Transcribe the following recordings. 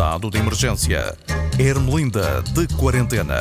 Estado de emergência. Ermelinda de quarentena.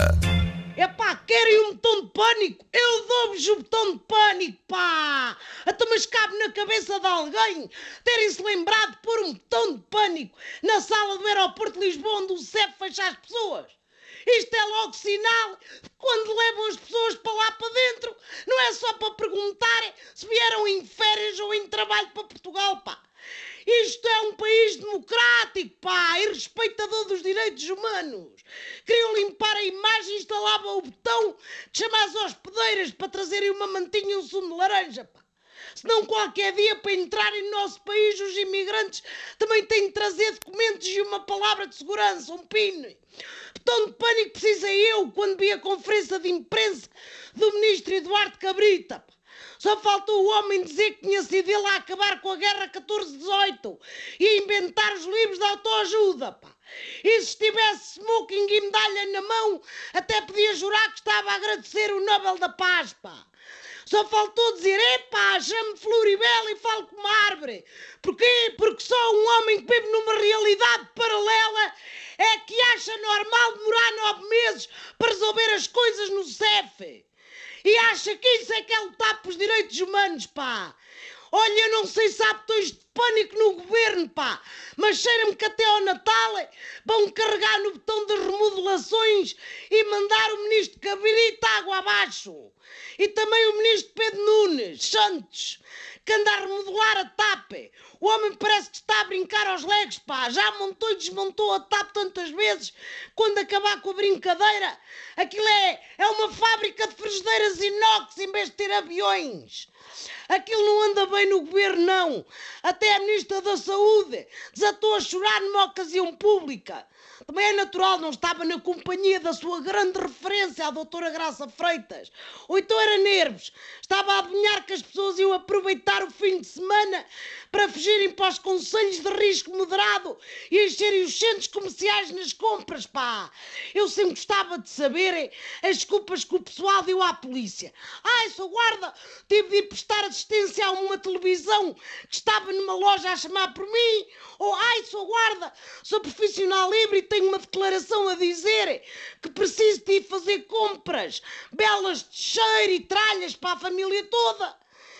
Epá, querem um botão de pânico? Eu dou-vos o botão de pânico, pá! Até mas cabe na cabeça de alguém terem-se lembrado de pôr um botão de pânico na sala do aeroporto de Lisboa onde o CEF fecha as pessoas. Isto é logo sinal de quando levam as pessoas para lá para dentro. Não é só para perguntarem se vieram em férias ou em trabalho para Portugal, pá. Isto é um país democrático, pá, e respeitador dos direitos humanos. Queriam limpar a imagem e instalavam o botão de chamar as hospedeiras para trazerem uma mantinha e um sumo de laranja, pá. Senão qualquer dia para entrarem no nosso país os imigrantes também têm de trazer documentos e uma palavra de segurança, um PIN. Botão de pânico precisei eu quando vi a conferência de imprensa do ministro Eduardo Cabrita, pá. Só faltou o homem dizer que tinha sido ele a acabar com a guerra 14-18 e a inventar os livros de autoajuda, pá. E se tivesse smoking e medalha na mão, até podia jurar que estava a agradecer o Nobel da Paz, pá. Só faltou dizer, epá, chame-me Floribela e falo com uma árvore. Porquê? Porque só um homem que vive numa realidade paralela é que acha normal demorar 9 meses para resolver as coisas no CEF. E acha que isso é que é lutar pelos direitos humanos, pá. Olha, eu não sei se há botões de pânico no governo, pá, mas cheira-me que até ao Natal vão carregar no botão das remodelações e mandar o ministro Cabrita água abaixo. E também o ministro Pedro Nunes Santos, que anda a remodelar a TAP. O homem parece que está a brincar aos legos, pá. Já montou e desmontou a TAP tantas vezes. Quando acabar com a brincadeira, aquilo é uma fábrica de frigideiras inox em vez de ter aviões. Aquilo não anda bem no governo, não. Até a Ministra da Saúde desatou a chorar numa ocasião pública. Também é natural, não estava na companhia da sua grande referência, a doutora Graça Freitas. Ou então era nervos. Estava a adivinhar que as pessoas iam aproveitar o fim de semana para fugirem para os concelhos de risco moderado e encherem os centros comerciais nas compras, pá. Eu sempre gostava de saber as desculpas que o pessoal deu à polícia. Ai, sou guarda, tive de ir prestar assistência a uma televisão que estava numa loja a chamar por mim. Ou, ai, sou guarda, sou profissional livre e tenho uma declaração a dizer que preciso de ir fazer compras, belas de cheiro e tralhas para a família toda.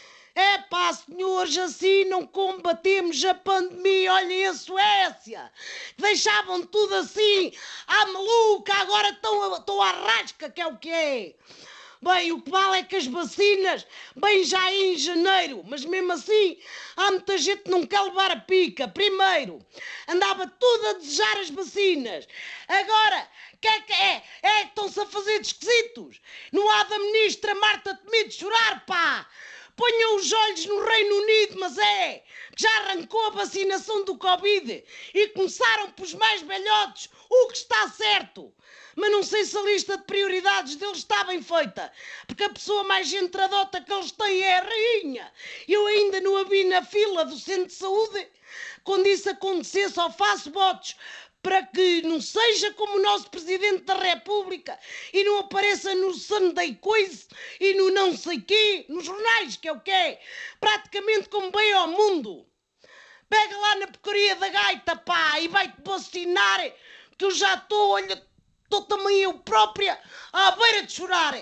É pá, senhores, assim não combatemos a pandemia. Olhem a Suécia, deixavam tudo assim à maluca, agora estão à rasca, que é o que é. Bem, o que vale é que as vacinas vêm já em janeiro, mas mesmo assim há muita gente que não quer levar a pica. Primeiro, andava tudo a desejar as vacinas. Agora, que é? Estão-se a fazer de esquisitos. Não há da ministra Marta Temido chorar, pá. Ponham os olhos no Reino Unido, mas que já arrancou a vacinação do Covid e começaram pelos mais velhotes, o que está certo. Mas não sei se a lista de prioridades deles está bem feita, porque a pessoa mais entradota que eles têm é a rainha. Eu ainda não a vi na fila do centro de saúde. Quando isso acontecer, só faço votos para que não seja como o nosso Presidente da República e não apareça no Sunday Quiz e no não sei quê, nos jornais, que é o que é, praticamente como bem ao mundo. Pega lá na porcaria da gaita, pá, e vai-te vacinar, que eu já estou, olha, estou também eu própria à beira de chorar.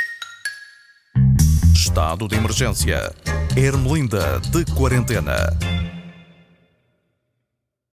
Estado de emergência. Ermelinda de quarentena.